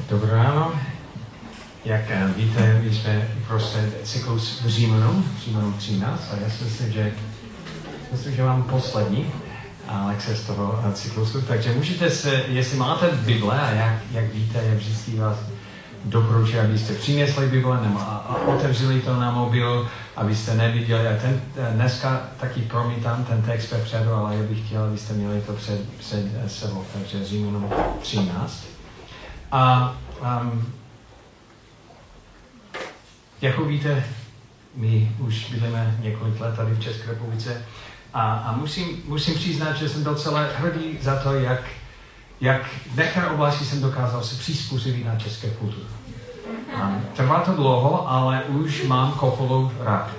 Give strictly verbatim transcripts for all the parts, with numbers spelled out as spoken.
Dobré ráno. Jak víte, my jsme prostě cyklus v Římanům, Římanům třináct, a já si myslím, že, myslím, že mám poslední lekce z toho cyklusu, takže můžete se, jestli máte Bible, a jak, jak víte, jak vždycky vás doporučuji, abyste přinesli Bible nebo a, a otevřeli to na mobil, abyste neviděli. A ten, dneska taky promítám ten text vepředu, ale já bych chtěl, abyste měli to před, před sebou, takže Římanům třináct. A um, jak víte, my už bydlíme několik let tady v České republice a, a musím, musím přiznat, že jsem docela hrdý za to, jak, jak v některé oblasti jsem dokázal se přizpůsobit na české kultuře. Um, trvá to dlouho, ale už mám Kopolu rád.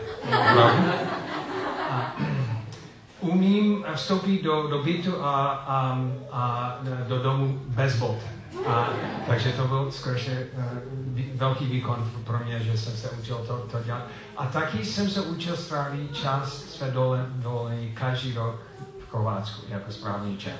A, umím vstoupit do, do bytu a, a, a do domu bez boty. A, takže to byl skutečně uh, velký výkon pro mě, že jsem se učil to, to dělat. A taky jsem se učil strávit čas své dovolené každý rok v Chorvatsku jako správný Čech.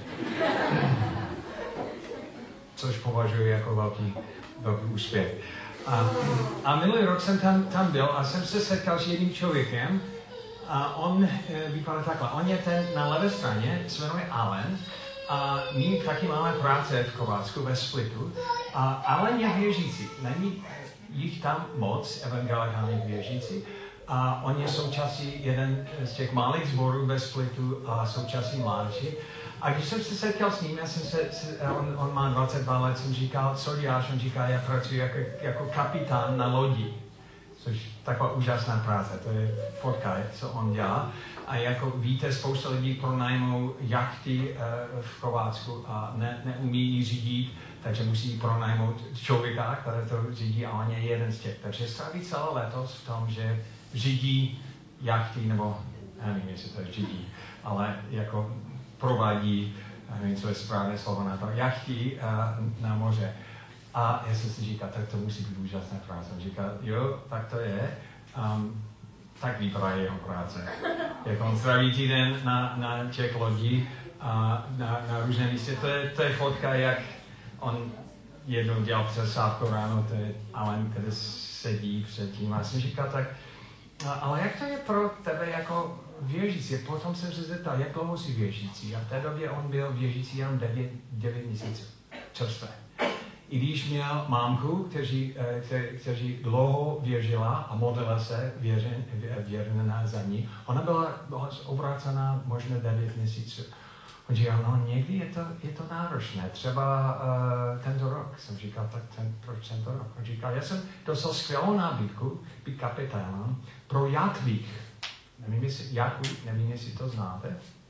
Což považuji jako velký, velký úspěch. A, a minulý rok jsem tam, tam byl a jsem se setkal s jedním člověkem a on e, vypadá takhle. On je ten na levé straně, se jmenuje Alan. A my taky máme práce v Chorvatsku ve Splitu. A Alan je věřící. Není jich tam moc, evangelikálních věřící. A on je součástí jeden z těch malých sborů ve Splitu a součástí mládeži. A když jsem se setkal s ním, já jsem se, on, on má dvacet dva let, jsem říkal, co děláš? On říká, já pracuji jako, jako kapitán na lodi. Což taková úžasná práce, to je fotka, co on dělá. A jako víte, spousta lidí pronajmou jachty uh, v Chorvatsku a ne, neumí ji řídit, takže musí pronajmout člověka, který to řídí a on je jeden z těch. Takže stráví celé letos v tom, že řídí jachty, nebo nevím, jestli to je řídí, ale jako provádí, nevím, co je správné slovo na to, jachty uh, na moře. A já jsem si říkal, tak to musí být úžasná práce. On říkal, jo, tak to je. Um, tak vypadá jeho práce. Jak on stráví týden na, na těch lodí a na, na různé místě. To je, to je fotka, jak on jednou dělal přesávku ráno, to je Alan, který sedí před tím. A jsem říkal, tak, ale jak to je pro tebe jako věřící? Potom jsem se zeptal, jak dlouho jsi věřící? A v té době on byl věřící jenom devět měsíců. Čerstvé. I když měl mámku, kteří, kte, kteří dlouho věřila a modlila se věřen, věrná za ní, ona byla, byla obrácená možná devět měsíců. On říkal, no někdy je to, je to náročné, třeba uh, tento rok. Jsem říkal, tak ten, proč tento rok? On říkal, já jsem dostal skvělou nabídku být kapitánem pro Jakvík. Nevím, jestli, Jakvík, nevím, jestli to znáte.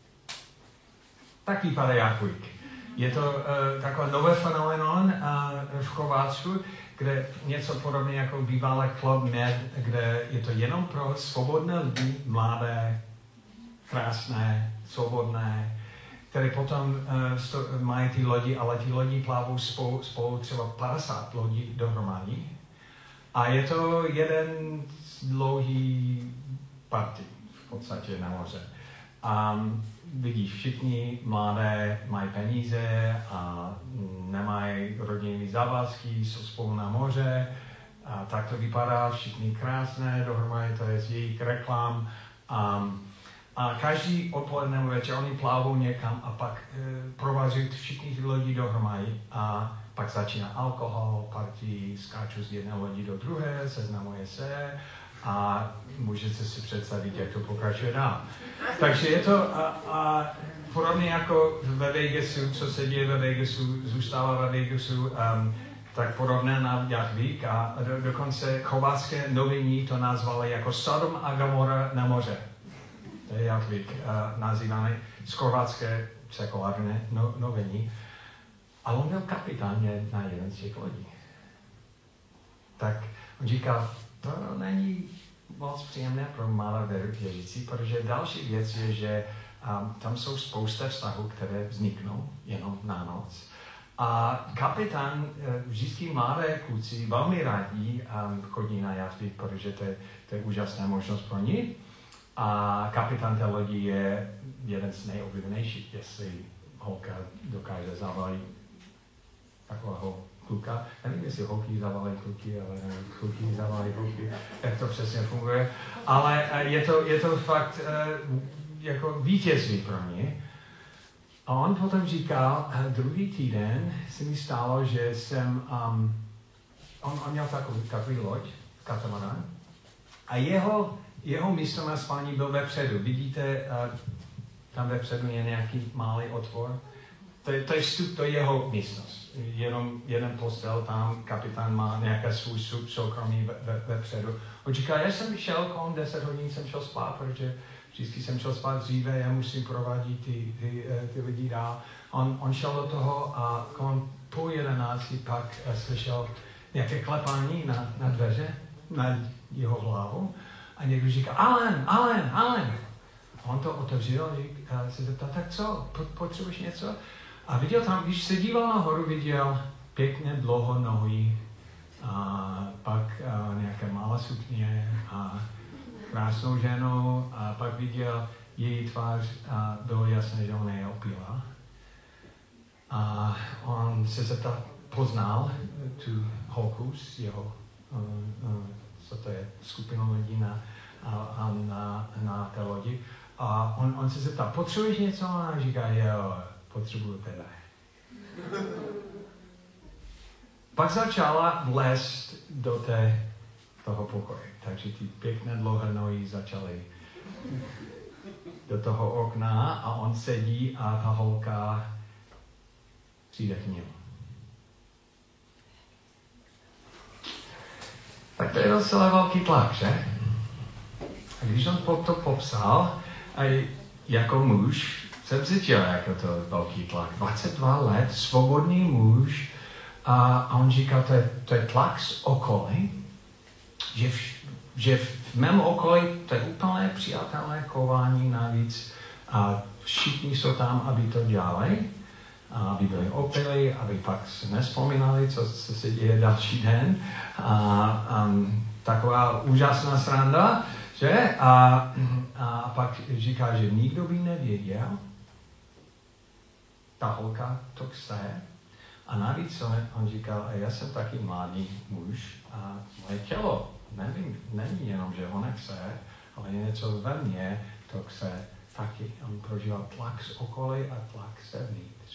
Tak vypadá Jakvík. Je to uh, takové nové fenomenon uh, v Chorvatsku, kde něco podobně jako bývalé Club Med, kde je to jenom pro svobodné lidi, mladé, krásné, svobodné, které potom uh, sto, mají ty lodi, ale ty lodi plavou spolu, spolu třeba padesát lodí dohromady. A je to jeden dlouhý party v podstatě na moře. Um, Vidíš, všichni mladé mají peníze a nemají rodinné závazky, jsou spolu na moře. A tak to vypadá, všichni krásné, dohromady to je z jejich reklam. Um, a každý odpoledne večer oni plavou někam a pak e, provazují všichni ty lodi dohromady. A pak začíná alkohol, party, skáču z jedné lodi do druhé, seznamuje se. A můžete si představit, jak to pokračuje dál. Takže je to a, a podobně jako ve Vegasu, co se děje ve Vegasu, zůstává ve Vegasu, um, tak podobné na Jakvík a do, dokonce chorvatské noviny to nazvali jako Sodom a Gomorra na moře. To je Jakvík, uh, nazývaný z chorvatské sekulární no, noviny. A on byl kapitán na jeden z těch lodí. Tak on říkal, to není moc příjemné pro malé věřící, protože další věc je, že um, tam jsou spousta vztahů, které vzniknou jenom na noc. A kapitán, vždycky mladé kluci velmi rádi um, chodí na jachty, protože to je, to je úžasná možnost pro ní. A kapitán té lodi je jeden z nejoblíbenějších, jestli holka dokáže zavalit takového kluka. Nevím, jestli holky zavalají kluky, ale kluky zavalají holky, jak to přesně funguje. Ale je to, je to fakt jako vítězství pro mě. A on potom říkal, druhý týden se mi stalo, že jsem, um, on, on měl takový, takový loď, katamaran, a jeho, jeho místo na spání byl vepředu. Vidíte, uh, tam vepředu je nějaký malý otvor. To je, to je vstup, to je jeho místnost. Jenom jeden postel, tam kapitán má nějaký svůj soukromí ve, ve, vepředu. On říká, já jsem šel kolem deset hodin, jsem šel spát, protože vždycky jsem šel spát dříve, já musím provádit ty, ty, ty lidi dál. On, on šel do toho a kolem půl jedenácti pak slyšel nějaké klepání na, na dveře, na jeho hlavu. A někdo říká, Alan, Alan, Alan. A on to otevřel a se zeptal, tak co, potřebuješ něco? A viděl tam, když se díval nahoru, viděl pěkně dlouhonohý, a pak a nějaké malé sukně a krásnou ženu a pak viděl její tvář a bylo jasné, že ona je opila. A on se zeptal, poznal tu holku z jeho, uh, uh, co to je, skupinu lidí na, a, a na, na té lodi. A on, on se zeptal, potřebuješ něco? A ona říká, jo, potřebuju teda. Pak začala vlézt do té, toho pokoje. Takže ty pěkné dlouhé nohy začaly do toho okna a on sedí a ta holka přijde k němu. Tak to je docela velký tlak, že? A když on to popsal, a jako muž jsem cítil jako to velký tlak. dvacet dva let, svobodný muž, a, a on říkal, to je, to je tlak z okolí, že, v, že v mém okolí to je úplně přijatelné chování navíc a všichni jsou tam, aby to dělali, aby byli opili, aby pak se nespomínali, co, co se děje další den. A, a taková úžasná sranda, že? A, a pak říká, že nikdo by nevěděl, ta holka to chce. A navíc on, on říkal, a já jsem taky mladý muž a moje tělo, nevím, není jenom, že on chce, ale něco ve mně to chce taky. On prožíval tlak z okolí a tlak zevnitř.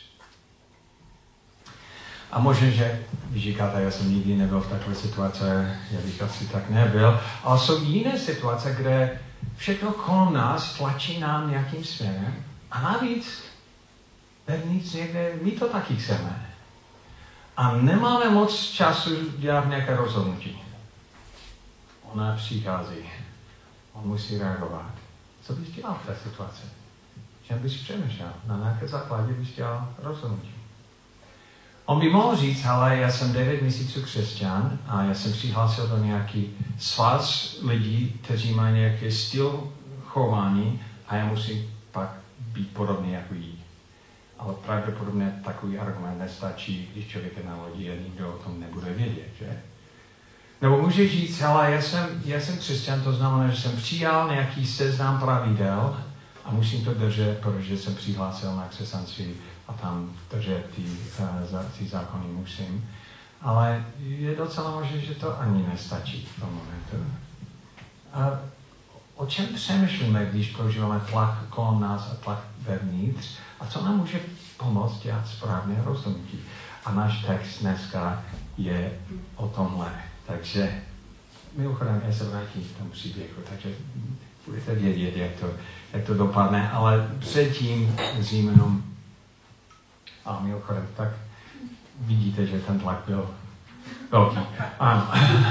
A možná, že když říkáte, já jsem nikdy nebyl v takové situace, já bych asi tak nebyl, ale jsou jiné situace, kde všechno kolem nás tlačí nám nějakým směrem a navíc vevnitř někde my to taky chceme. A nemáme moc času dělat nějaké rozhodnutí. Ona přichází. On musí reagovat. Co bys dělal v té situaci? Čem bys přemýšlel? Na nějaké základě bys dělal rozhodnutí. On by mohl říct, ale já jsem devět měsíců křesťan a já jsem přihlásil do nějaký svaz lidí, kteří mají nějaký styl chování a já musím pak být podobný jako jí. Ale pravděpodobně takový argument nestačí, když člověk je na lodi a nikdo o tom nebude vědět, že? Nebo může říct, ale já jsem, já jsem křesťan, to znamená, že jsem přijal nějaký seznam pravidel a musím to držet, protože jsem přihlásil na křesťanství a tam držet ty, uh, ty zákony musím. Ale je docela možné, že to ani nestačí v tom momentu. A o čem přemýšlíme, když prožíváme tlak kolem nás a tlak vevnitř? A co nám může pomoct dělat správné rozhodnutí? A náš text dneska je o tomhle. Takže mimochodem, já se vrátím k tomu příběhu, takže budete vědět, jak to, jak to dopadne, ale předtím Římanům, a mimochodem, tak vidíte, že ten tlak byl velký. Ano.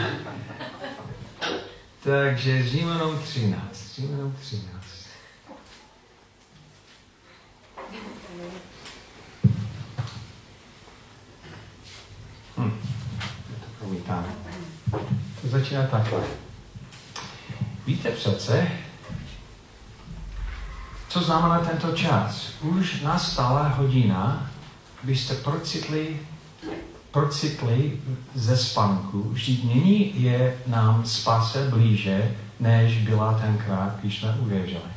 Takže Římanům třináct. Římanům třináct. Hm. To promítáme. To začíná takhle. Víte přece, co znamená tento čas? Už nastala hodina, byste procitli, procitli ze spánku. Vždyť nyní je nám spáse blíže, než byla tenkrát, když jsme uvěřili.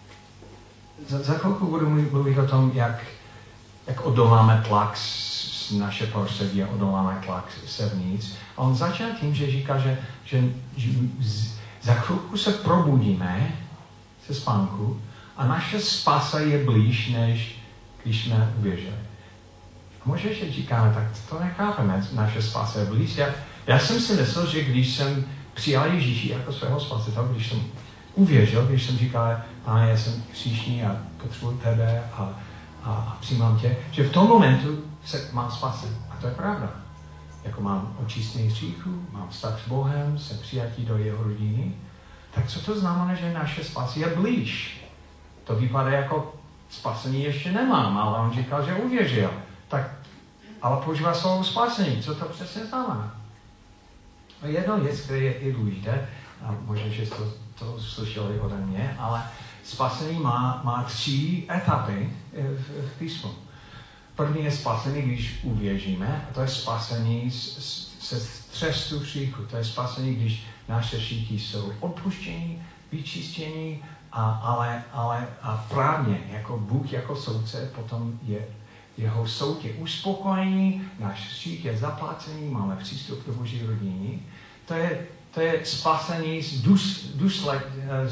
Za, za chvilku budu mluvit o tom, jak, jak odoláme tlak z naše prostředí odoláme tlak sevnitř. A on začal tím, že říká, že, že, že z, za chvilku se probudíme ze spánku a naše spása je blíž, než když jsme uvěřili. A možná, že říkáme, tak to nechápeme, naše spása je blíž. Já, já jsem si myslel, že když jsem přijal Ježíši jako svého spasitele, když jsem uvěřil, když jsem říkal, Pane, já jsem hříšný a potřebuji tebe a, a, a přijímám tě, že v tom momentu se mám spasen. A to je pravda. Jako mám očistný hříchu, mám vztah s Bohem, jsem přijatý do jeho rodiny. Tak co to znamená, že naše spása je blíž? To vypadá jako spasení ještě nemám, ale on říkal, že uvěřil. Tak, ale používá slovo spasení. Co to přesně znamená? Jedno věc, které je i důležité, a možná, že jste to, to slyšeli ode mě, ale spasení má, má tři etapy v, v písmu. První je spasení, když uvěříme, a to je spasení se trestu hříchu. To je spasení, když naše hříchy jsou odpuštění, vyčištění, a, ale, ale a právně, jako Bůh jako soudce, potom je jeho soud je uspokojení, náš hřích je zaplacený, máme přístup do Boží rodiny. To je, to je spasení z dus, důsled,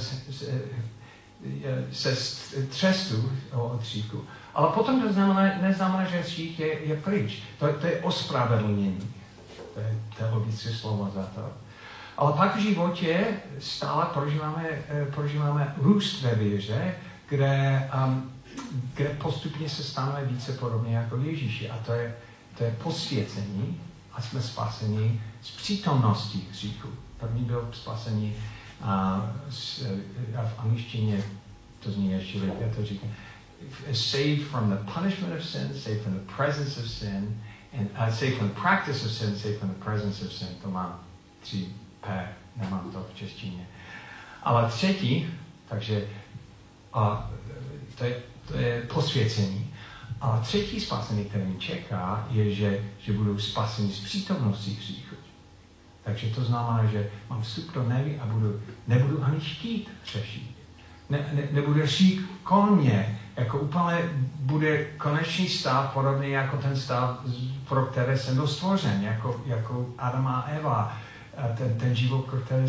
se trestu od hříchu. Ale potom to znamená, neznamená, že hřích je, je pryč. To, to je ospravedlnění. To je teologické slovo za to. Ale pak v životě stále prožíváme, prožíváme růst ve víře, kde, um, kde postupně se staneme více podobně jako Ježíši. A to je, to je posvěcení a jsme spaseni z přítomnosti hříchu. První byl spasení a, s, a v angličtině to zní ještě líp, já to říkám. Saved from the punishment of sin, saved from the presence of sin, and uh, saved from the practice of sin, saved from the presence of sin. To má tři P, nemám to v češtině. Ale třetí, takže a, to, je, to je posvěcení. A třetí spasení, který mě čeká, je, že, že budu spasení z přítomnosti hříchu. Takže to znamená, že mám vstup do nebi a budu, nebudu ani chtít řešit. Ne, ne, nebude hřích kolem mě, jako úplně bude konečný stav, podobný jako ten stav, pro který jsem byl stvořen, jako, jako Adam a Eva, ten, ten život, pro který,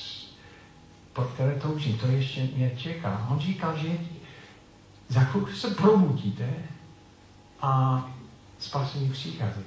pro které toužím, to ještě mě čeká. On říkal, že za chvilku se probudíte a spasení přichází.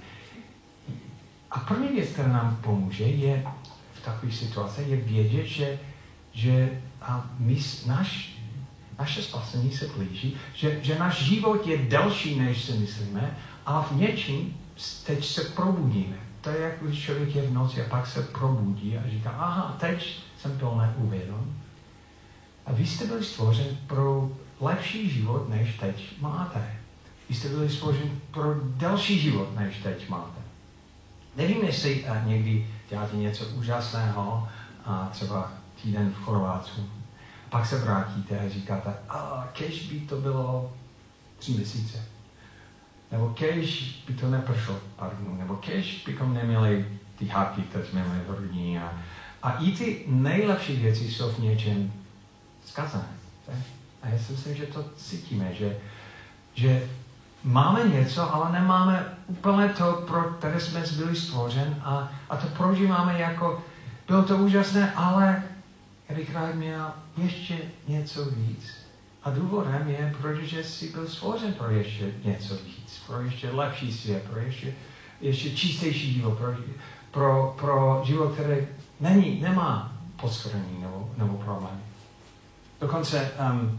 A první věc, která nám pomůže, je v takové situaci, je vědět, že, že a my, naš, naše spasení se blíží, že, že náš život je delší, než si myslíme, a v něčím teď se probudíme. To je, jak když člověk je v noci a pak se probudí a říká, aha, teď jsem to neuvědom. A vy jste byli stvořeni pro lepší život, než teď máte. Vy jste byli stvořeni pro delší život, než teď máte. Nevím, jestli uh, někdy děláte něco úžasného, a třeba týden v Chorvatsku. Pak se vrátíte a říkáte, a kež by to bylo tři měsíce. Nebo kež by to nepršlo pár dnů. Nebo kež bychom neměli ty háky, které jsme měli v rodině. A, a i ty nejlepší věci jsou v něčem zkazané. A já si myslím, že to cítíme, že, že máme něco, ale nemáme úplně to, pro které jsme byli stvořen a, a to prožíváme jako, bylo to úžasné, ale já bych rád měl ještě něco víc. A důvodem je, protože jsi byl stvořen pro ještě něco víc, pro ještě lepší svět, pro ještě, ještě čistější život, pro, pro, pro život, který není, nemá poskvrnění nebo, nebo problémy. Dokonce um,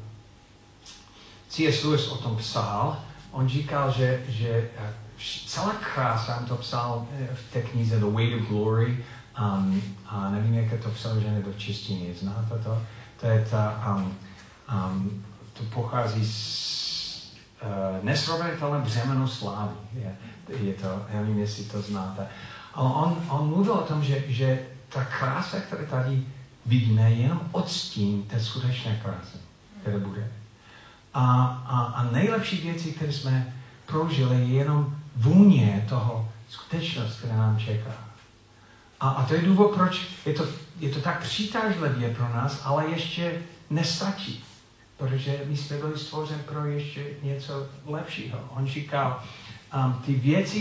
C S Lewis o tom psal. On říkal, že, že celá krása, on to psal v té knize The Weight of Glory, um, a nevím, jak je to přeložené do češtiny, znáte to? To je ta, um, um, to pochází z uh, nesrovnatelné břemeno slávy. Je, je to, já nevím, jestli to znáte. Ale on, on mluvil o tom, že, že ta krása, kterou tady vidíme, je jenom odstín té skutečné krásy, které bude. A, a, a nejlepší věci, které jsme prožili, je jenom vůně toho skutečnost, která nám čeká. A, a to je důvod, proč je to, je to tak přitažlivě pro nás, ale ještě nestačí. Protože my jsme byli stvořeni pro ještě něco lepšího. On říkal, um, ty věci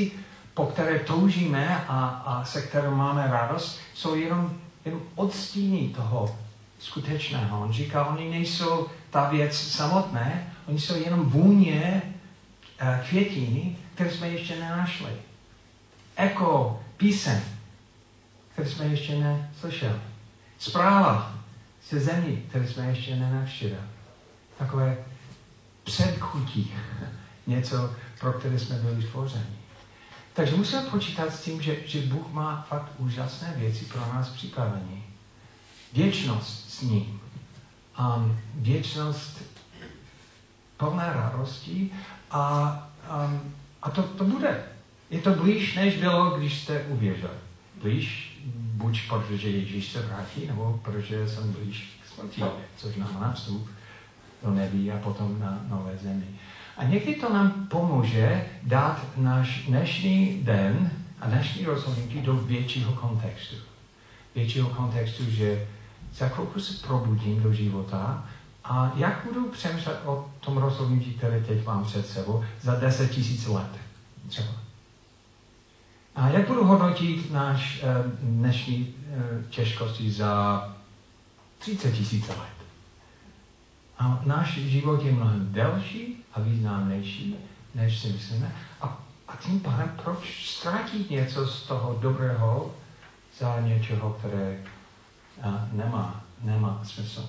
po které toužíme a, a se kterou máme radost, jsou jenom, jenom odstíny toho skutečného. On říká, oni nejsou ta věc samotné, oni jsou jenom vůně květiny, které jsme ještě nenašli. Eko, píseň, které jsme ještě neslyšeli. Zpráva ze země, které jsme ještě nenavštívili. Takové předchutí, něco, pro které jsme byli stvořeni. Takže musíme počítat s tím, že, že Bůh má fakt úžasné věci pro nás připravené. Věčnost s ním. Um, věčnost plná radosti a, um, a to, to bude. Je to blíž, než bylo, když jste uvěřili. Blíž, buď protože Ježíš se vrátí, nebo protože jsem blíž k smrti, což nám má vstup do nebí a potom na nové zemi. A někdy to nám pomůže dát náš dnešní den a dnešní rozhodnutí do většího kontextu. Většího kontextu, že za chvilku se probudím do života a jak budu přemýšlet o tom rozhodnutí, které teď mám před sebou, za deset tisíc let třeba. A jak budu hodnotit náš uh, dnešní uh, těžkosti za třicet tisíc let. A náš život je mnohem delší a významnější, než si myslíme. A, a tím pádem, proč ztratit něco z toho dobrého za něčeho, které a, nemá, nemá smysl.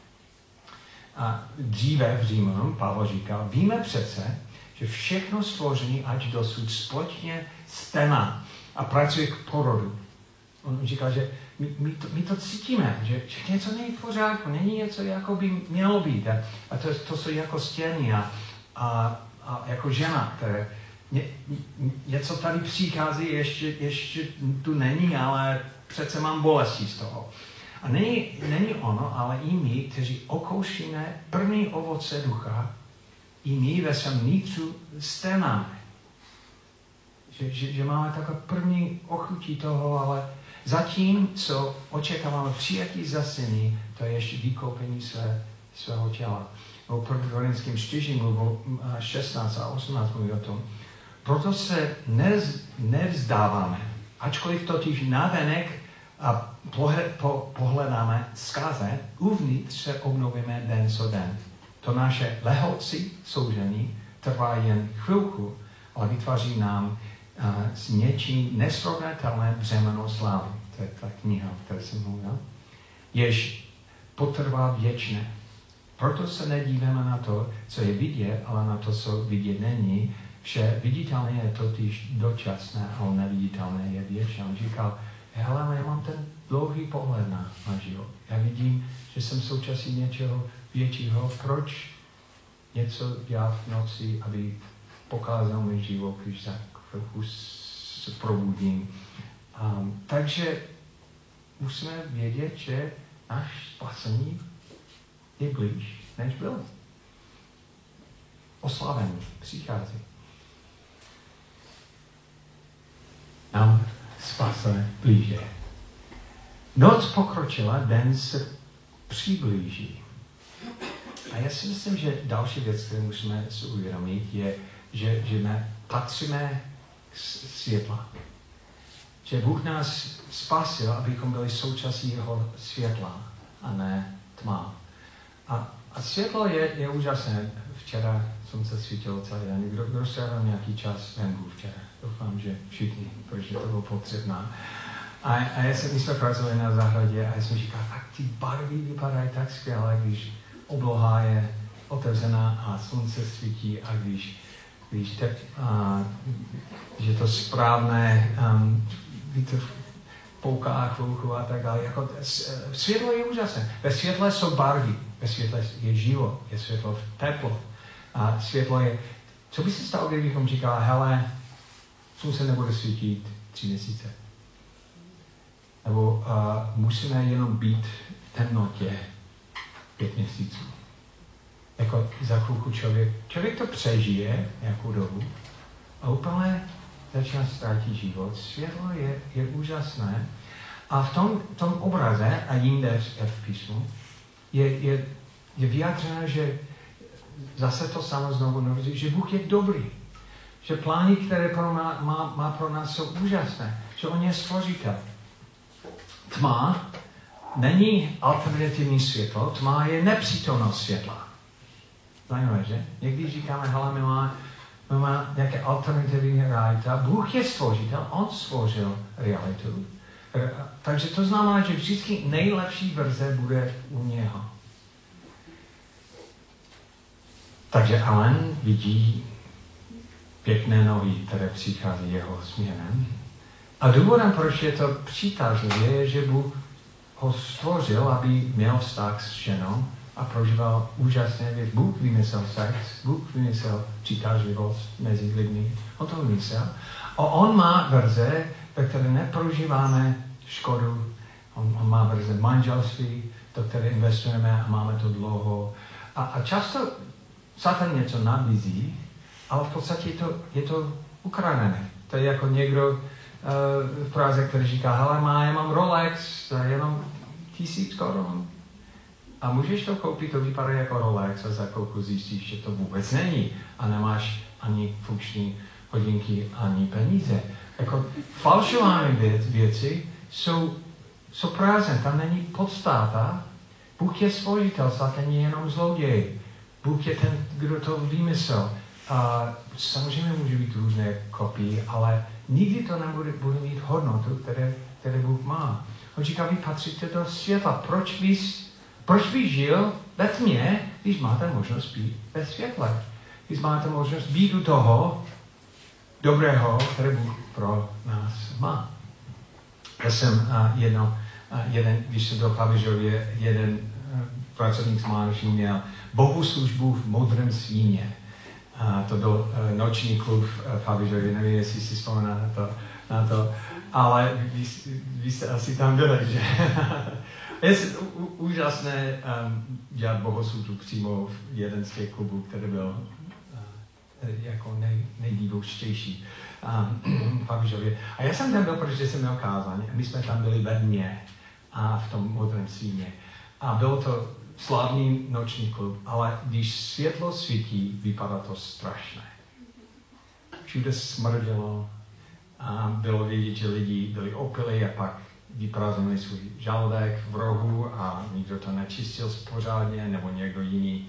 A dříve v Římanům Pavel říkal, víme přece, že všechno stvoření ať dosud společně sténá a pracuje k porodu. On říkal, že my, my, to, my to cítíme, že, že něco není v pořádku, není něco, jako by mělo být. A, a to, to jsou jako stěny a, a, a jako žena, které ně, něco tady přichází, ještě, ještě tu není, ale přece mám bolesti z toho. A není, není ono, ale i my, kteří okoušíme první ovoce ducha, i my ve svém nitru sténáme. Že, že, že máme takové první ochutí toho, ale zatím, co očekáváme přijatí za syny, to je ještě vykoupení své, svého těla. O prvním Korinském čtyři mluvil šestnáct a osmnáct mluví o tom. Proto se nez, nevzdáváme, ačkoliv totiž navenek a pohled, po, pohledáme zkáze, uvnitř se obnovíme den co den. To naše lehoucí soužení trvá jen chvilku, ale vytváří nám uh, s něčím nesrovnatelné břemeno slávy. To je ta kniha, o které jsem mluvil. Jež potrvá věčně. Proto se nedíváme na to, co je vidět, ale na to, co vidět není. Vše viditelné je totiž dočasné, ale neviditelné je věčné. On říkal, hele, já mám ten dlouhý pohled na, na život. Já vidím, že jsem součástí něčeho většího. Proč něco dělat v noci, aby pokázal můj život, když za chvilku se probudím. Um, takže musíme vědět, že náš spasení je blíž, než byl. Oslavení přichází. Nám spase blíže. Noc pokročila, den se přiblíží. A já si myslím, že další věc, kterou musíme si uvědomit, je, že, že my patříme k světla. Že Bůh nás spasil, abychom byli součástí jeho světla a ne tma. A, a světlo je, je úžasné. Včera slunce svítilo celý den. Kdo, kdo se dal nějaký čas venku včera? Doufám, že všichni, protože to bylo potřebné. A, a já jsem, my jsme pracovali na zahradě a já jsem říkal, tak ty barvy vypadají tak skvěle, když obloha je otevřená a slunce svítí a když, když te, a, že to správné um, vítr pouká chvilku a tak dále. Jako, světlo je úžasné. Ve světle jsou barvy, ve světle je život, je světlo teplo. A světlo je, co by se stalo, kdybychom říkali, hele, slunce nebude svítit tři měsíce. Nebo uh, musíme jenom být v temnotě pět měsíců. Jako za chvilku člověk, člověk to přežije nějakou dobu a úplně začíná ztrátit život. Světlo je, je úžasné a v tom, tom obraze a jinde v písmu je, je, je vyjádřeno, že zase to samo znovu nový, že Bůh je dobrý. že plány, které pro má, má, má pro nás, jsou úžasné, že on je stvořitel. Tma není alternativní světlo, tma je nepřítomnost světla. Zajímavé, že? Někdy říkáme, hele, my máme má nějaké alternativní realita. Bůh je stvořitel, on stvořil realitu. Takže to znamená, že vždycky nejlepší verze bude u něho. Takže Alan vidí pěkné nohy, které přichází jeho směrem. A důvodem, proč je to přitažlivé, je, že Bůh ho stvořil, aby měl vztah s ženou a prožíval úžasné věci. Bůh vymyslel sex, Bůh vymyslel přitažlivost mezi lidmi. On to vymyslel. A on má verze, ve které neprožíváme škodu. On, on má verze manželství, do které investujeme a máme to dlouho. A, a často Satan něco nabízí, ale v podstatě je to, je to ukradené. To je jako někdo uh, v Praze, který říká, hele, má, já mám Rolex, za jenom tisíc korun. A můžeš to koupit, to vypadá jako Rolex a za chvilku zjistíš, že to vůbec není. A nemáš ani funkční hodinky, ani peníze. Jako falšované věc, věci jsou, jsou prázdné, tam není podstata. Bůh je stvořitel, Satan je jenom zloděj. Bůh je ten, kdo to vymyslel. A samozřejmě může být různé kopie, ale nikdy to nebude bude mít hodnotu, které, které Bůh má. On říká, vy patříte do světla. Proč bys, proč bys žil ve tmě, když máte možnost být ve světle? Když máte možnost být u toho dobrého, které Bůh pro nás má. Já jsem uh, jedno, uh, jeden, když jsem byl v Pavížově, jeden uh, pracovník z mládeží měl bohoslužbu v Modrém svíně. Uh, to byl uh, noční klub v Pavížově, nevím, jestli si vzpomínáte na to, na to, ale vy, vy jste asi tam byli, že? Je úžasné um, dělat bohoslužbu přímo v jeden z těch klubů, který byl uh, jako nej, nejdůležitější um, v Pavížově. A já jsem tam byl, protože jsem měl kázání a my jsme tam byli ve dně a v tom Modrém svíně. A byl to slavný noční klub, ale když světlo svítí, vypadá to strašné. Všude smrdělo a bylo vidět, že lidi byli opilí a pak vyprázdnili svůj žaludek v rohu a nikdo to nečistil pořádně, nebo někdo jiný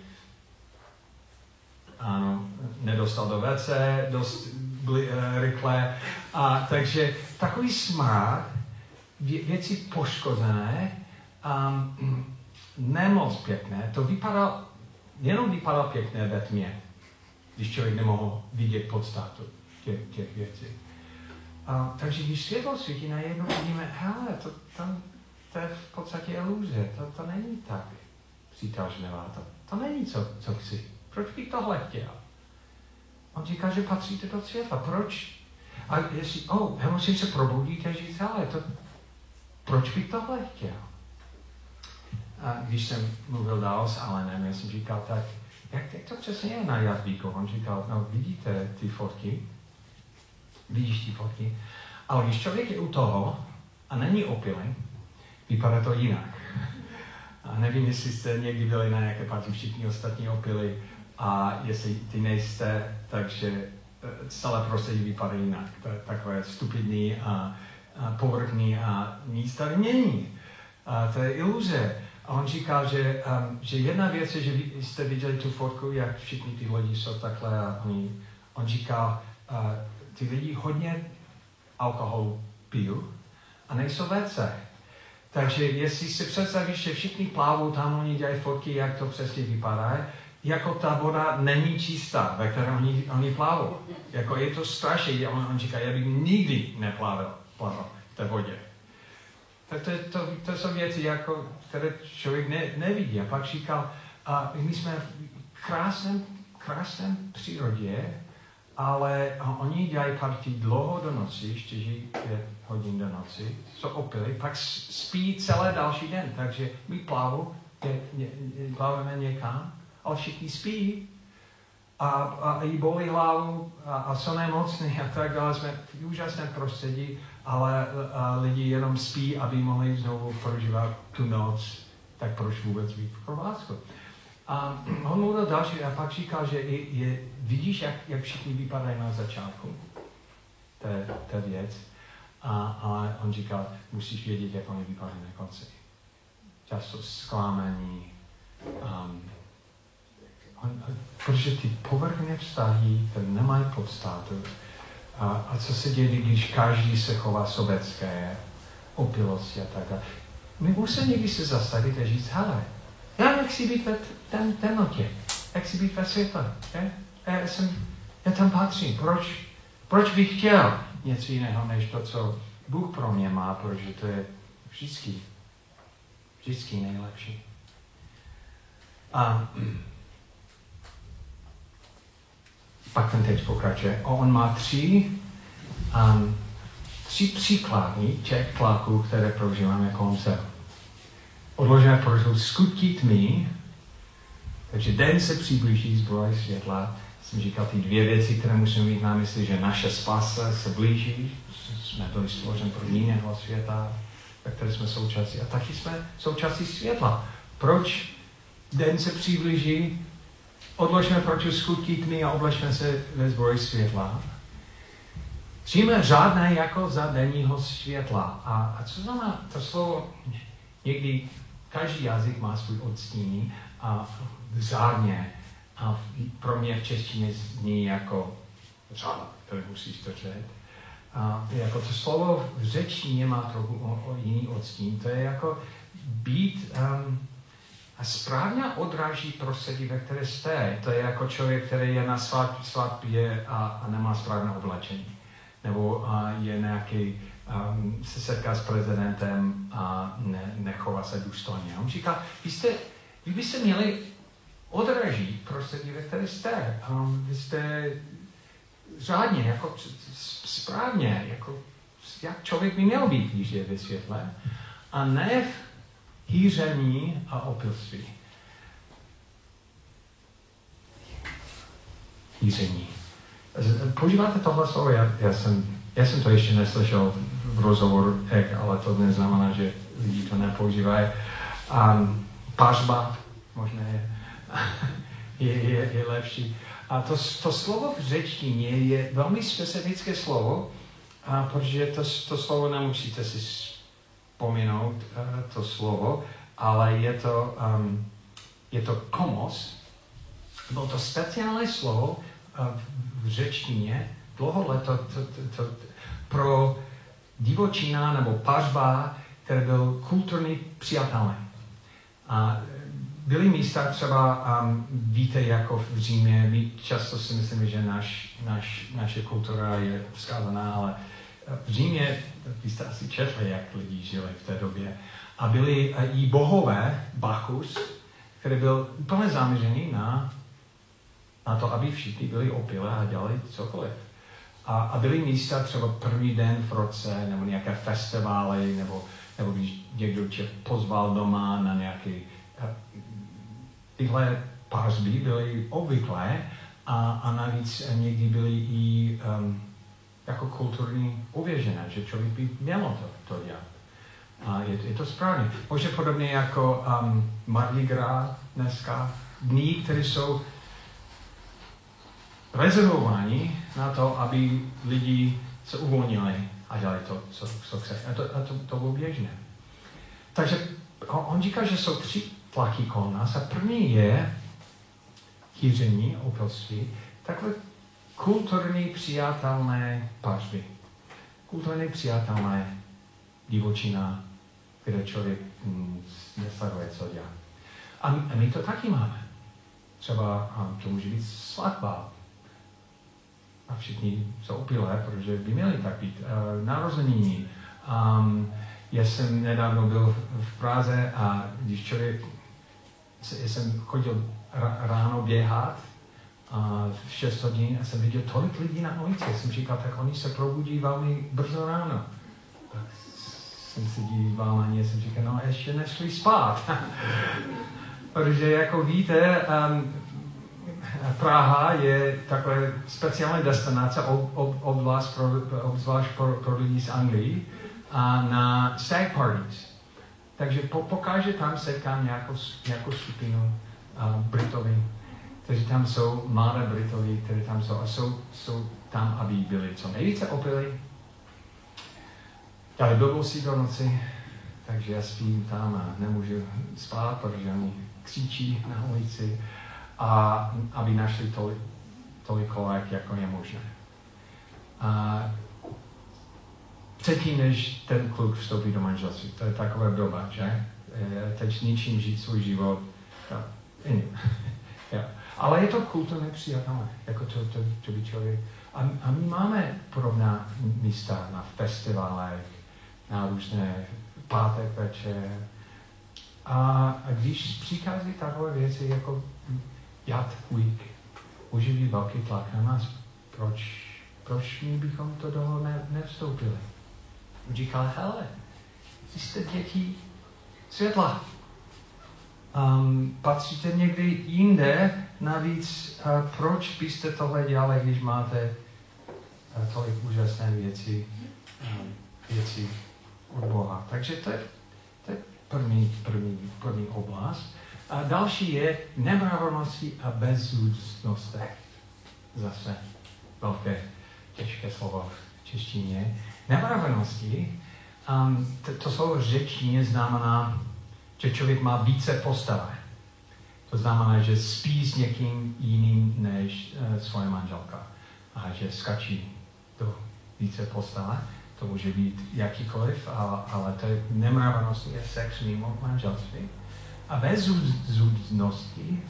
ano, nedostal do vé cé dost bli, uh, rychle. A takže takový smrad, vě, věci poškozené, um, nemoc pěkné, to vypadalo, jenom vypadalo pěkné ve tmě, když člověk nemohl vidět podstatu těch, těch věcí. A, takže když světlo svítí, najednou vidíme, hele, to, tam, to je v podstatě iluze, to, to není tak přitažlivá, to, to není co, co chci. Proč bych tohle chtěl? On říká, že patříte do světla, proč? A jestli, oh, já musím se probudit a říct, hele, to, proč bych tohle chtěl? A když jsem mluvil dál s Alanem, já jsem říkal, tak jak, jak to přesně je na jazyku? On říkal, no vidíte ty fotky, vidíš ty fotky, ale když člověk je u toho a není opilý, vypadá to jinak. A nevím, jestli jste někdy byli na nějaké party, všichni ostatní opily a jestli ty nejste, takže celé prostředí vypadá jinak. To je takové stupidní a, a povrchní a nic tady není. A to je iluze. A on říká, že, um, že jedna věc je, že vy jste viděli tu fotku, jak všichni ty lidi jsou takhle a oni, on říká, uh, ty lidi hodně alkoholu pijou a nejsou vece. Takže jestli si představíš, že všichni plavou tam, oni dělají fotky, jak to přesně vypadá, jako ta voda není čistá, ve které oni, oni plavou. Jako je to strašně, on, on říká, já bych nikdy neplavil plaval v té vodě. Tak to, to, to jsou věci, jako, které člověk ne, nevidí. A pak říkal, a my jsme v krásném, krásném přírodě, ale oni dělají party dlouho do noci, čtyři pět hodin do noci, jsou opili, pak spí celé další den, takže my plavu, ně, ně, plaveme někam, ale všichni spí a, a jí bolí hlavu a, a jsou nemocní a tak dále. Jsme v úžasném prostředí, ale a lidi jenom spí, aby mohli znovu prožívat tu noc, tak proč vůbec být v Chorvatsku? A on mluvil další a pak říkal, že je, je, vidíš, jak, jak všichni vypadají na začátku, to je, to je věc. A, ale on říkal, musíš vědět, jak oni vypadají na konci. Často zklamání. Um, on, protože ty povrchné vztahy, to nemají podstatu. A, a co se děje, když každý se chová sobecké, opilosti a tak dále. My musíme někdy se zastavit a říct, hele, já nechci být ve ten, temnotě, já chci být ve světle. Já, já, jsem, já tam patřím. Proč, proč bych chtěl něco jiného, než to, co Bůh pro mě má, protože to je vždycky, vždycky nejlepší. A pak ten text pokračuje. On má tři, um, tři příklady těch tlaků, které prožíváme kolem sebe. Odložené pro skutky tmy, takže den se přiblíží zbroj světla. Jsem říkal ty dvě věci, které musíme mít na mysli, že naše spása se blíží, jsme byli stvořeni pro jiného světa, ve které jsme součástí, a taky jsme součástí světla. Proč den se přiblíží? Odložme proti skutky tmy a oblečme se ve zbroj světla. Přijme řádné jako za denního světla. A, a co znamená to slovo? Někdy každý jazyk má svůj odstín a řádně. A pro mě v češtině zní jako řád, který musíš držet. A jako to slovo v řečtině má trochu o, o jiný odstín. To je jako být um, a správně odráží prostředí, ve které jste. To je jako člověk, který je na svatbě a, a nemá správné oblečení. Nebo a, je nějaký, um, se setká s prezidentem a ne, nechová se důstojně. On říká, vy, jste, vy byste měli odrážit prostředí, ve které jste. Um, vy jste řádně, jako správně, jako jak člověk by měl být, když je ve světle. A ne v hýření a opilství. Hýření. Používáte tohle slovo? Já, já, jsem, já jsem to ještě neslyšel v rozhovoru, ale to neznamená, že lidi to nepoužívají. Um, pařba možná je, je, je, je lepší. A to, to slovo v řečtině je velmi specifické slovo, a protože to, to slovo nemusíte si vzpomenout, uh, to slovo, ale je to, um, je to komos. Bylo to speciální slovo uh, v řečtině, dlouho let to, to, to, to, pro divočina nebo pařba, který byl kulturně přijatelný. A byly místa třeba, um, víte, jako v Římě, my často si myslíme, že naš, naš, naše kultura je vzkázaná, ale v Římě, vy jste asi četli, jak lidi žili v té době. A byli i bohové, Bacchus, který byl úplně zaměřený na, na to, aby všichni byli opilé a dělali cokoliv. A, a byly místa třeba první den v roce, nebo nějaké festivály, nebo, nebo když někdo tě pozval doma na nějaký... Tyhle pařby byly obvyklé a, a navíc někdy byly i um, jako kulturní uvěřené, že člověk by mělo to, to dělat. A je, je to správně. Možná podobně jako um, Mardi Gras dneska, dní, které jsou rezervovány na to, aby lidi se uvolnili a dělali to, co, co chce. A to, a to, to bylo běžné. Takže on, on říká, že jsou tři tlaky kolem nás. A první je hýření, opilství, takové kulturní přijatelné pařby. Kulturně přijatelné divočina, kde člověk mm, nesleduje, co dělá. A, a my to taky máme. Třeba um, to může být svatba. A všichni jsou opilé, protože by měli tak být. Uh, narozeniny. Um, já jsem nedávno byl v Praze a když člověk, jsem chodil ráno běhat a v šest hodin a jsem viděl tolik lidí na ulici. Jsem říkal, tak oni se probudí velmi brzo ráno. Tak jsem se díval na ně, jsem říkal, no ještě nešli spát. Protože jako víte, um, Praha je taková speciální destinace, ob, ob, obzvlášť pro, obzvlášť pro, pro lidi z Anglii, a na stag parties. Takže po, pokaže tam setkám nějakou, nějakou skupinu uh, Britovi, kteří tam jsou, mladé Britovi, kteří tam jsou a jsou, jsou tam, aby byli co nejvíce opili. Dali blbosti do noci, takže já spím tam a nemůžu spát, protože oni křičí na ulici, a aby našli tolik, tolik kolek, jako je možné. A předtím, než ten kluk vstoupí do manželství, to je taková doba, že? Teď ničím žít svůj život. Ja. Ale je to kulturně přijatelné, jako to, to, to by člověk. A, a my máme podobná místa na festivalech, na různé pátek večer. A, a když přichází takové věci jako Yacht Week, může být velký tlak na nás. Proč, proč my bychom to do ne, nevstoupili? Říkal, hele, jste děti světla. Um, patříte někdy jinde, navíc uh, proč byste tohle dělali, když máte uh, tolik úžasné věci, um, věci od Boha. Takže to je, to je první, první, první oblast. A další je nemravnosti a bezzúznosti. Zase velké, těžké slovo v češtině. Nemravnosti, um, to, to slovo v řečtině znamená, že člověk má více postav. To znamená, že spí s někým jiným než uh, svoje manželka. A že skačí do více postav. To může být jakýkoliv, ale, ale to je nemravnost, je sex mimo manželství. A bezzúznosti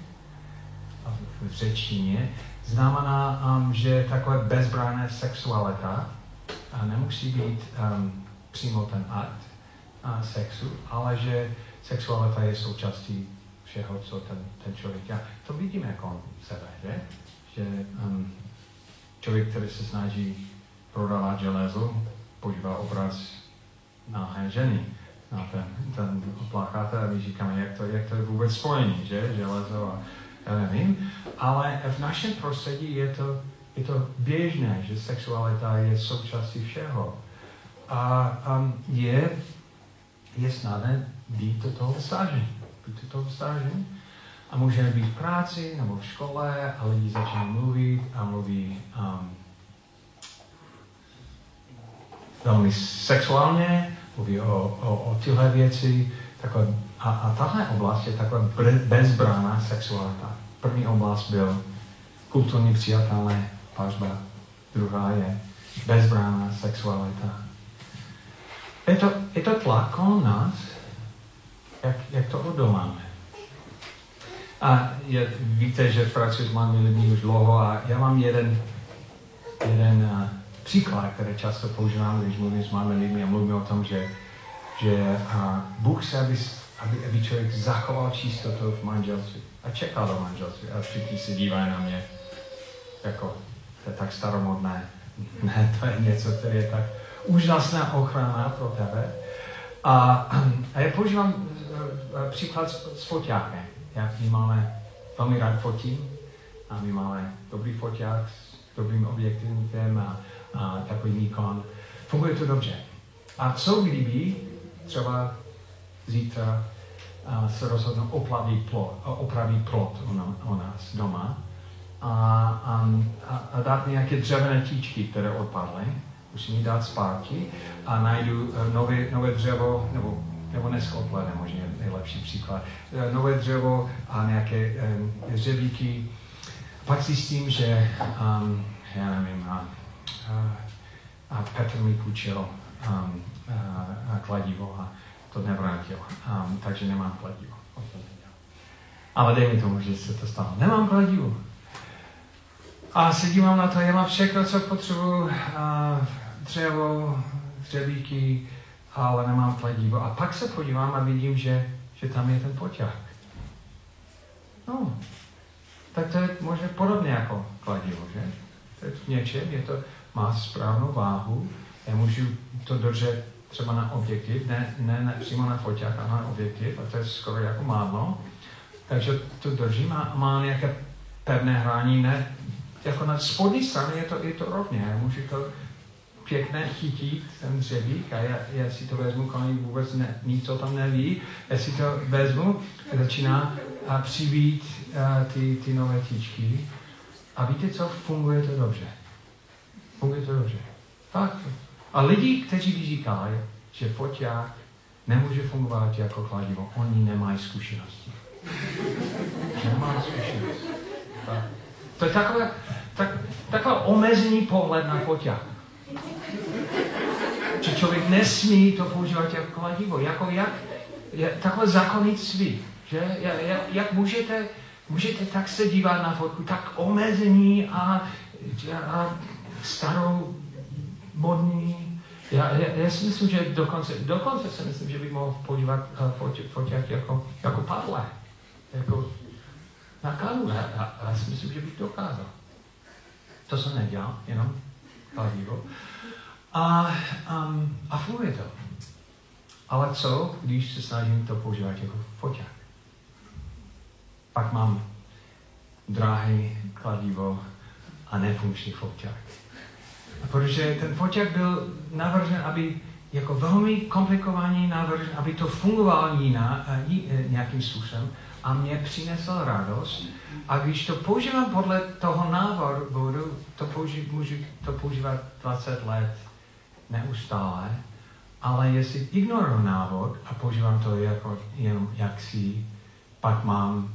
v řečtině znamená, um, že takové bezbranné sexualita a nemusí být um, přímo ten akt uh, sexu, ale že sexualita je součástí všeho, co ten, ten člověk dělá. To vidíme kolem sebe, že? Že um, člověk, který se snaží prodávat železo, používá obraz nahé ženy na ten, ten plakát a my říkáme, jak to, jak to je vůbec spojení, že? Železo a já nevím. Ale v našem prostředí je to, je to běžné, že sexualita je součástí všeho. A um, je, je snadné být do toho vstažen. Být do toho vstažen. A může být v práci nebo v škole a lidi začínají mluvit a mluví um, velmi sexuálně, mluví o, o, o tyhle věci. Takové, a, a tahle oblast je taková bezbranná sexualita. První oblast byl kulturně přijatelné pařba, druhá je bezbranná sexualita. Je to, je to tlak kolem nás, jak, jak to odoláme. A je, víte, že pracuji s mladými lidmi už dlouho a já mám jeden, jeden uh, příklad, který často používám, když mluvím s mladými lidmi a mluvím o tom, že, že uh, Bůh se, aby, aby, aby člověk zachoval čistotu v manželství a čekal do manželství. A všichni se dívají na mě, jako, to je tak staromodné. Ne, to je něco, které je tak úžasná ochrana pro tebe. A, a já používám uh, příklad s, s foťákem. Jak my máme, velmi rád fotím a my máme dobrý foťák s dobrým objektivem a, a takový Nikon. Funguje to dobře. A co kdyby třeba zítra a, se rozhodnou opravit plot, opravit plot u nás doma a, a, a dát nějaké dřevěné tíčky, které odpadly, musím ji dát zpátky a najdu nové, nové dřevo, nebo nebo neskoplené, možná nejlepší příklad. Nové dřevo a nějaké um, řebíky. Pak zjistím, že um, já nevím, a, a, a Petr mi půjčil um, a, a kladivo a to nevrátil. Um, takže nemám kladivo. Ale dej mi tomu, že se to stalo. Nemám kladivo. A se dívám na to, já mám všechno, co potřebuji. Dřevo, řebíky, ale nemám kladivo. A pak se podívám a vidím, že, že tam je ten poťák. No, tak to je možná podobně jako kladivo, že? To je v něčem, je to, má správnou váhu, já můžu to držet třeba na objektiv, ne, ne, ne přímo na foťák, ale na objektiv, a to je skoro jako mádlo. Takže to držím a má nějaké pevné hrání, ne, jako na spodní straně je to, je to rovně, já můžu to pěkně chytit ten dřevík a já, já si to vezmu, kolik vůbec ne, nic o tom neví, já si to vezmu a začíná a přivít uh, ty, ty nové tyčky. A víte co? Funguje to dobře. Funguje to dobře. Fakt. A lidi, kteří by říkali, že foťák nemůže fungovat jako kladivo, oni nemají zkušenosti. Nemají zkušenosti. Tak. To je takové, tak, takové omezený pohled na foťák. Že člověk nesmí to používat jako kladivo. Jako jak, je, takové zákonnictví. Že? Jak, jak můžete, můžete tak se dívat na fotku, tak omezený a, a starou, modní. Já, já, já si myslím, že dokonce, dokonce si myslím, že bych mohl používat uh, foťák jako, jako Pavle. Jako na kanu. Já, já si myslím, že bych dokázal. To jsem nedělal, jenom kladivo. A, um, a funguje to. Ale co, když se snažím to používat jako foťák? Pak mám drahý kladivo a nefunkční foťák. Protože ten foťák byl navržen, aby jako velmi komplikovaný navržen, aby to fungovalo jiná, nějakým způsobem a mě přinesl radost. A když to používám podle toho návodu, to použi, můžu to používat dvacet let neustále, ale jestli ignoruji návod a používám to jako jenom jaksi, pak mám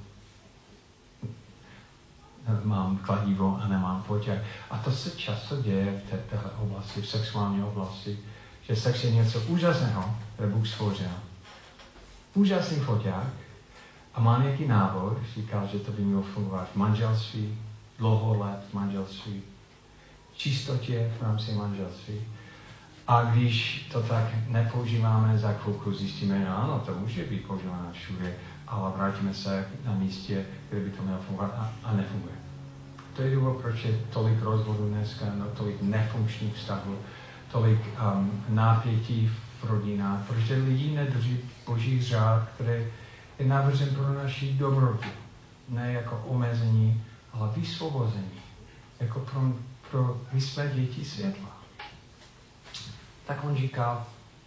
mám kladivo a nemám foťák. A to se často děje v této oblasti, v sexuální oblasti, že sex je něco úžasného, které Bůh stvořil. Úžasný foťák a má nějaký návod, říká, že to by mělo fungovat v manželství, dlouho let v manželství, čistotě v rámci manželství. A když to tak nepoužíváme za chvilku, zjistíme, že ano, to může být používáno všude, ale vrátíme se na místě, kde by to mělo fungovat a, a nefunguje. To je důvod, proč je tolik rozvodů dneska, no, tolik nefunkčních vztahů, tolik um, nápětí v rodinách, protože lidi nedrží Boží řád, který je navržen pro naši dobrotu. Ne jako omezení, ale vysvobození. Jako pro, pro my jsme děti světla. Tak on říkal,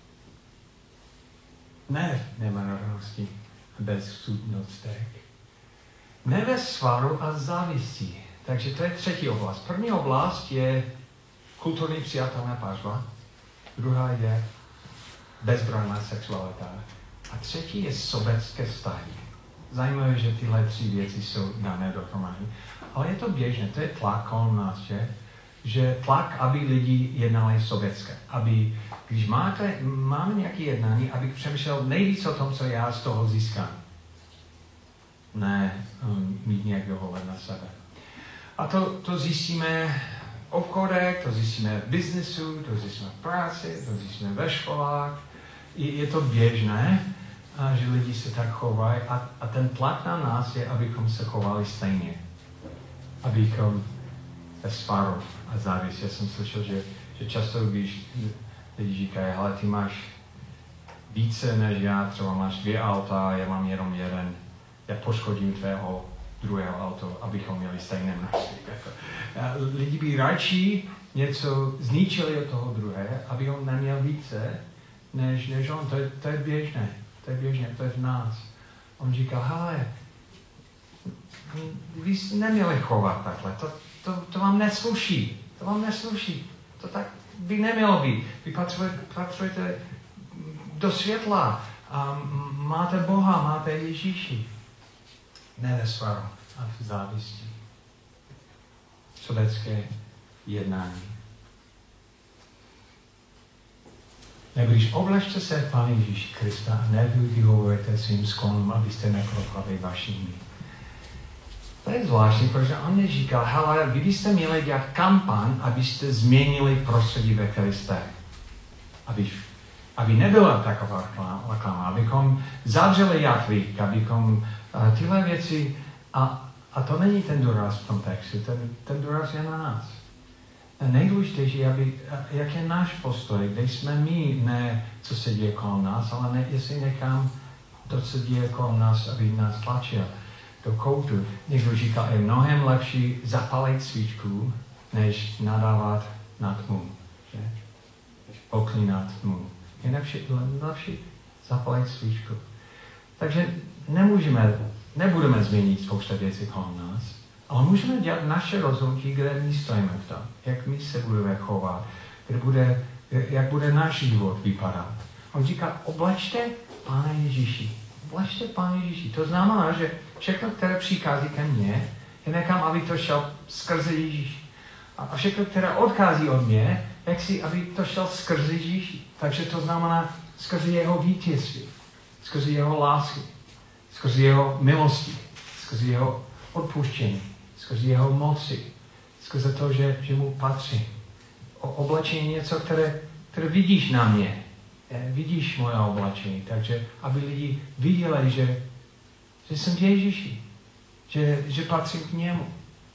ne v nemanorovnosti, bezsudnostech, ne ve svaru a závistí. Takže to je třetí oblast. První oblast je kulturní přijatelná pářba, druhá je bezbranná sexualita a třetí je sobecké vztahy. Zajímavé, že tyhle tři věci jsou dané dohromady. Ale je to běžné, to je tlak kolem nás, že? že tlak, aby lidi jednali sobecké. Aby, když máte, máme nějaké jednání, abych přemýšlel nejvíc o tom, co já z toho získám. Ne um, mít nějaký dohled na sebe. A to, to zjistíme v obchodech, to zjistíme v biznesu, to zjistíme v práci, to zjistíme ve školách. Je, je to běžné, a že lidi se tak chovají a, a ten tlak na nás je, abychom se chovali stejně. Abychom ve svaru a závis. Já jsem slyšel, že, že často, když lidi říkají, hele, ty máš více než já, třeba máš dvě auta, já mám jenom jeden, já poškodím tvého druhého auto, abychom měli stejné množství. Lidi by radši něco zničili od toho druhé, aby on neměl více, než, než on. To je, to je běžné. To je běžné, to je v nás. On říkal, hele, vy jste neměli chovat takhle, to, to, to vám nesluší, to vám nesluší, to tak by nemělo být. Vy patřujete, patřujete do světla a máte Boha, máte Ježíši. Ne ve svaru a v závisti. Sobecké jednání. Nebo když obležte se Pána Ježíši Krista a nevyhovujete svým sklonům, abyste nepropadli vašimi. To je zvláštní, protože on neříkal, hele, vy byste měli dělat kampaň, abyste změnili prostředí, ve které jste. Aby, aby nebyla taková reklama, abychom zavřeli jatlík, abychom uh, tyhle věci, a, a to není ten důraz v tom textu, ten, ten důraz je na nás. Nejdůležitější, aby, jak je náš postoj, kde jsme my, ne co se děje kolem nás, ale ne, jestli nechám to, co děje kolem nás, aby nás tlačil do koutu. Někdo říká, je mnohem lepší zapalit svíčku, než nadávat na tmu. Že? Než poklínat tmu. Je lepší, lepší zapalit svíčku. Takže nemůžeme, nebudeme změnit spousta věcí kolem nás, ale můžeme dělat naše rozhodnutí, kde my stojíme v tom, jak my se budeme chovat, kde bude, jak bude náš život vypadat. On říká, oblečte Pána Ježíši. Oblečte Pána Ježíši. To znamená, že všechno, které přichází ke mně, je nechám, aby to šel skrze Ježíši. A všechno, které odchází od mě, jak si, aby to šel skrze Ježíši. Takže to znamená skrze jeho vítězství, skrze jeho lásky, skrze jeho milosti, skrze jeho odpuštění, skrze jeho moci, skrze to, že, že mu patří. O oblečení něco, které, které vidíš na mě. Vidíš moje oblečení, takže aby lidi viděli, že, že jsem v Ježíši, že, že patřím k němu.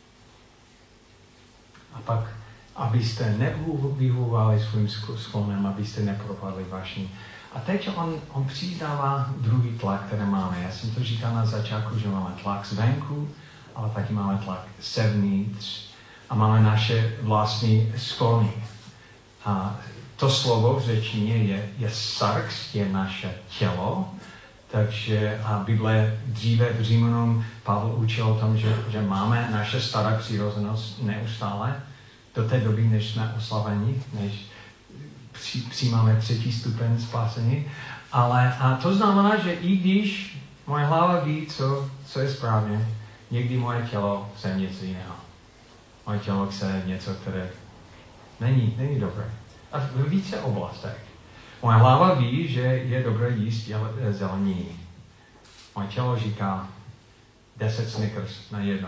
A pak, abyste nevyhovovali svým sklonem, abyste nepropadli vaším. A teď on, on přidává druhý tlak, který máme. Já jsem to říkal na začátku, že máme tlak zvenku, ale taky máme tlak zevnitř a máme naše vlastní sklony. A to slovo v řečtině je, je sarx, je naše tělo, takže a Bible dříve v Římanům Pavel učil o tom, že, že máme naše stará přirozenost neustále do té doby, než jsme oslaveni, než při, přijímáme třetí stupeň spásení. Ale a to znamená, že i když moje hlava ví, co, co je správně, někdy moje tělo chce něco jiného. Moje tělo chce něco, které není, není dobré. A v více oblastech. Moje hlava ví, že je dobré jíst zeleniny. Moje tělo říká deset Snickers na jedno.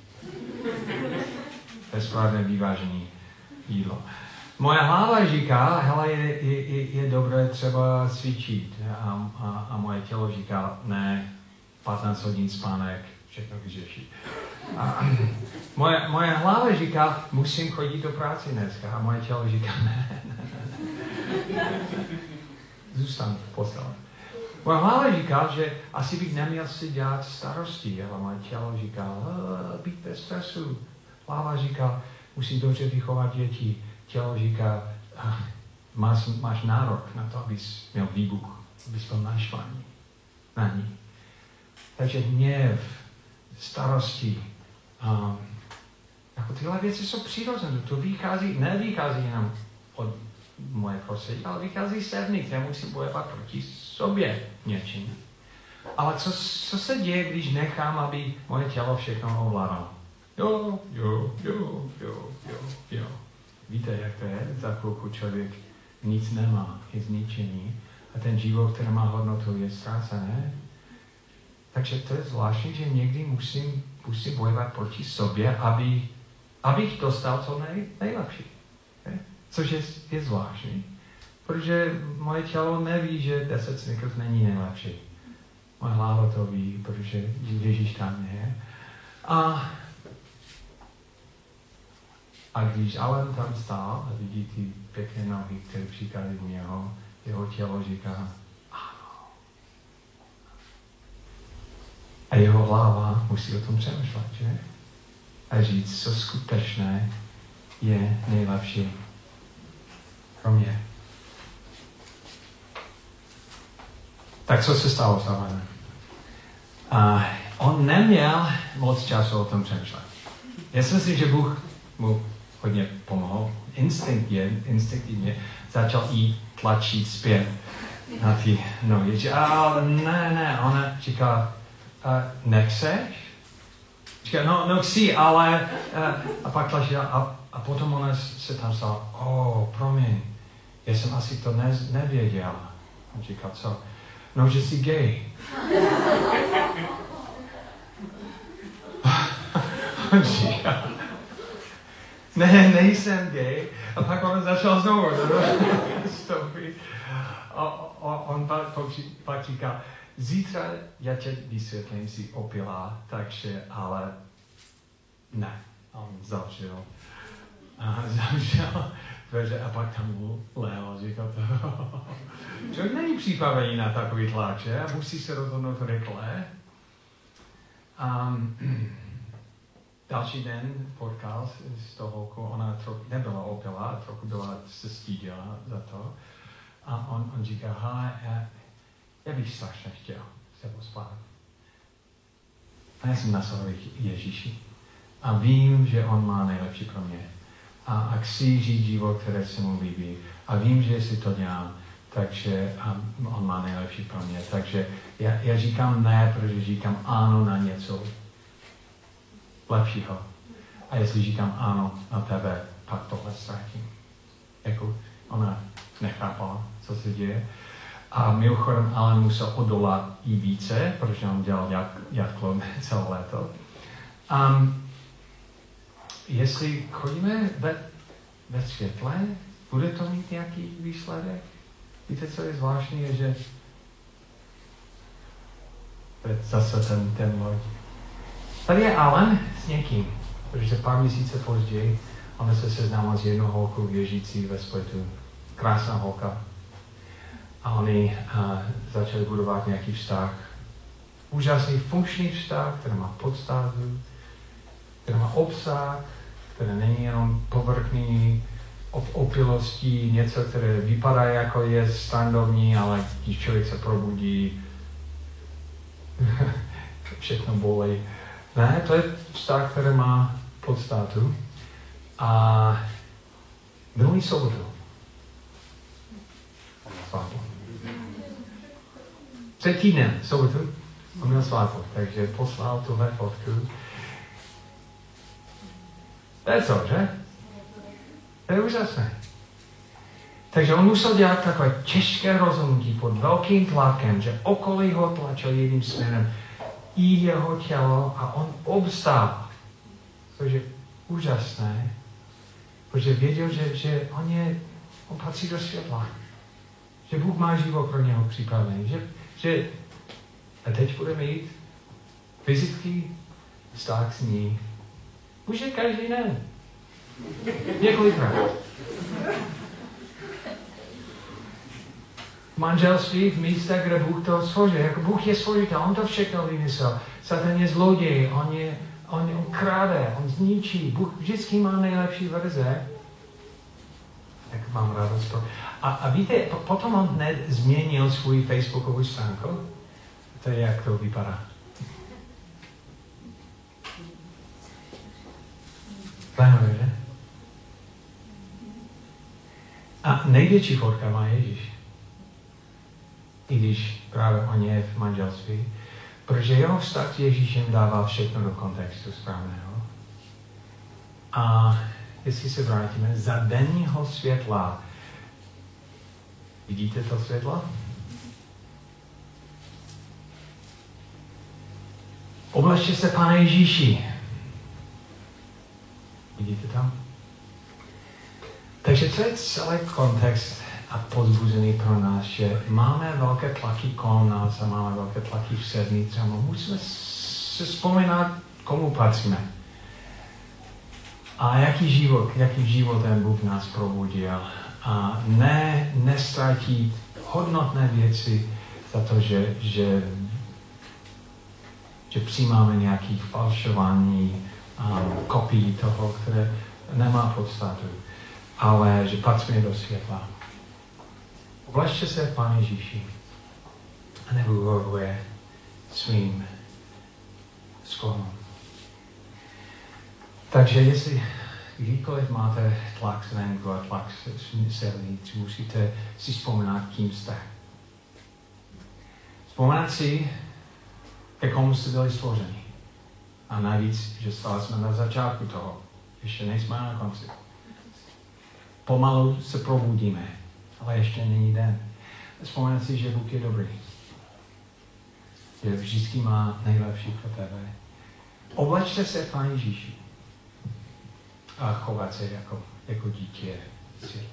To je správně vyvážené jídlo. Moje hlava říká, hele, je, je, je dobré třeba cvičit. A, a, a moje tělo říká, ne, patnáct hodin spánek, všechno vyřeší. A moje, moje hlava říká, musím chodit do práce dneska. A moje tělo říká, ne, ne, ne. Zůstan v postele. Moje hlava říká, že asi bych neměl si dělat starosti, ale moje tělo říká, být bez stresu. Hlava říká, musím dobře vychovat děti. Tělo říká, máš, máš nárok na to, abys měl výbuch, abys byl naštvaný na ní. Takže hněv, starosti, um, jako tyhle věci jsou přirozené. To vychází, nevychází jenom od moje prostředí, ale vychází zevnitř. Já musím bojovat proti sobě něčím. Ale co, co se děje, když nechám, aby moje tělo všechno ovládalo? Jo, jo, jo, jo, jo, jo. Víte, jak to je? Za chvilku člověk nic nemá, je zničený. A ten život, který má hodnotu, je ztrácený. Takže to je zvláštní, že někdy musím, musím bojovat proti sobě, aby, abych dostal co nej, nejlepší. Okay? Což je, je zvláštní. Protože moje tělo neví, že deset Snickers není nejlepší. Moje hlava to ví, protože Ježíš tam je. A, a když Alan tam stál a vidí ty pěkné nohy, které přichází v něho, jeho tělo říká, a jeho hlava musí o tom přemýšlet, že? A říct, co skutečné je nejlepší pro mě. Tak co se stalo s Alanem? A on neměl moc času o tom přemýšlet. Já si myslím, že Bůh mu hodně pomohl. Instinktivně, instinktivně začal jí tlačit zpět na ty nohy. Ale ne, ne, ona říká, Uh, nechceš? Říká, no, no chci, ale... Uh, a pak tlačila a, a potom ona se tam stala, oh, promiň, já jsem asi to ne, nevěděla. On říká, co? No, že jsi gay. On říká, ne, nejsem gay. A pak ona začala znovu stoupit. A, a on pak, pak říká, zítra já tě vysvětlím, si opila, takže, ale ne. A on zavřel. A zavřel dveře a pak tam lehl, říkal to. Člověk není připravený na takový tlak, že? A musí se rozhodnout rychle. Um, další den potkal s tou holkou, ona trochu nebyla opila, a trochu byla, se stydila za to. A on, on říká, hele, já bych strašně chtěl se pospat. A já jsem naslouchal Ježíši. A vím, že on má nejlepší pro mě. A, a chci žít život, které se mu líbí. A vím, že jestli to dělám, takže on má nejlepší pro mě. Takže já, já říkám ne, protože říkám ano na něco lepšího. A jestli říkám ano na tebe, pak tohle ztratím. Jako ona nechápala, co se děje. A mimochodem ale musel odolat i více, protože on dělal jatklo celé léto. Um, jestli chodíme ve, ve světle, bude to mít nějaký výsledek? Víte, co je zvláštní, je, že to je zase ten, ten loď. Tady je Alan s někým, protože pár měsíce později on se seznámil s jednou holkou věžící ve Splitu. Krásná holka. A oni uh, začali budovat nějaký vztah. Úžasný funkční vztah, který má podstatu, který má obsah, který není jenom povrchní, v opilosti, něco, které vypadá jako je standardní, ale když člověk se probudí, všechno bolí. Ne, to je vztah, který má podstatu. A minulý sobotu on měl svatbu. Před týdnem, sobotu, on měl svatbu, takže poslal tuhle fotku. To je co, že? To je úžasné. Takže on musel dělat takové těžké rozhodnutí pod velkým tlakem, že okolí ho tlačil jedním směrem i jeho tělo a on obstál. Což je úžasné, protože věděl, že, že on, je, on patří do světla. Že Bůh má život pro něho připravený. Že, že a teď bude mít fyzický vztah s ní. Už je každý den. Několikrát. Manželství v místě, kde Bůh to stvořil. Jako Bůh je stvořitel, on to všechno vymyslel. Satan je zloděj, on, je, on, on kráde, on zničí. Bůh vždycky má nejlepší verze. Tak mám radost to. A, a víte, potom on hned změnil svůj facebookovou stránku. To je, jak to vypadá. Zajímavé, že? A největší fotka má Ježíš. I když právě on je v manželství. Protože jeho vztah s Ježíšem dává všechno do kontextu správného. A jestli se vrátíme, za denního světla. Vidíte to světlo? Oblečte se, Pane Ježíši. Vidíte tam? Takže to je celý kontext a pozbuzený pro nás, že máme velké tlaky kolem nás a máme velké tlaky v sedmici a musíme se vzpomínat, komu patříme. A jaký život, jakým životem Bůh nás probudil. A ne, nestratit hodnotné věci za to, že, že, že přijímáme nějakých falšování a kopií toho, které nemá podstatu, ale že patříme do světla. Oblečte se, Pane Ježíši, a nevyhovuje svým sklonům. Takže jestli kdykoliv máte tlak zvenku a tlak zevnitř, musíte si vzpomínat, kým jste. Vzpomínat si, ke komu jste byli stvořeni. A navíc, že stále jsme na začátku toho. Ještě nejsme na konci. Pomalu se probudíme, ale ještě není den. Vzpomínat si, že Bůh je dobrý. Že vždycky má nejlepší pro tebe. Oblečte se, Pane Ježíši. A chovat se jako, jako dítě světla.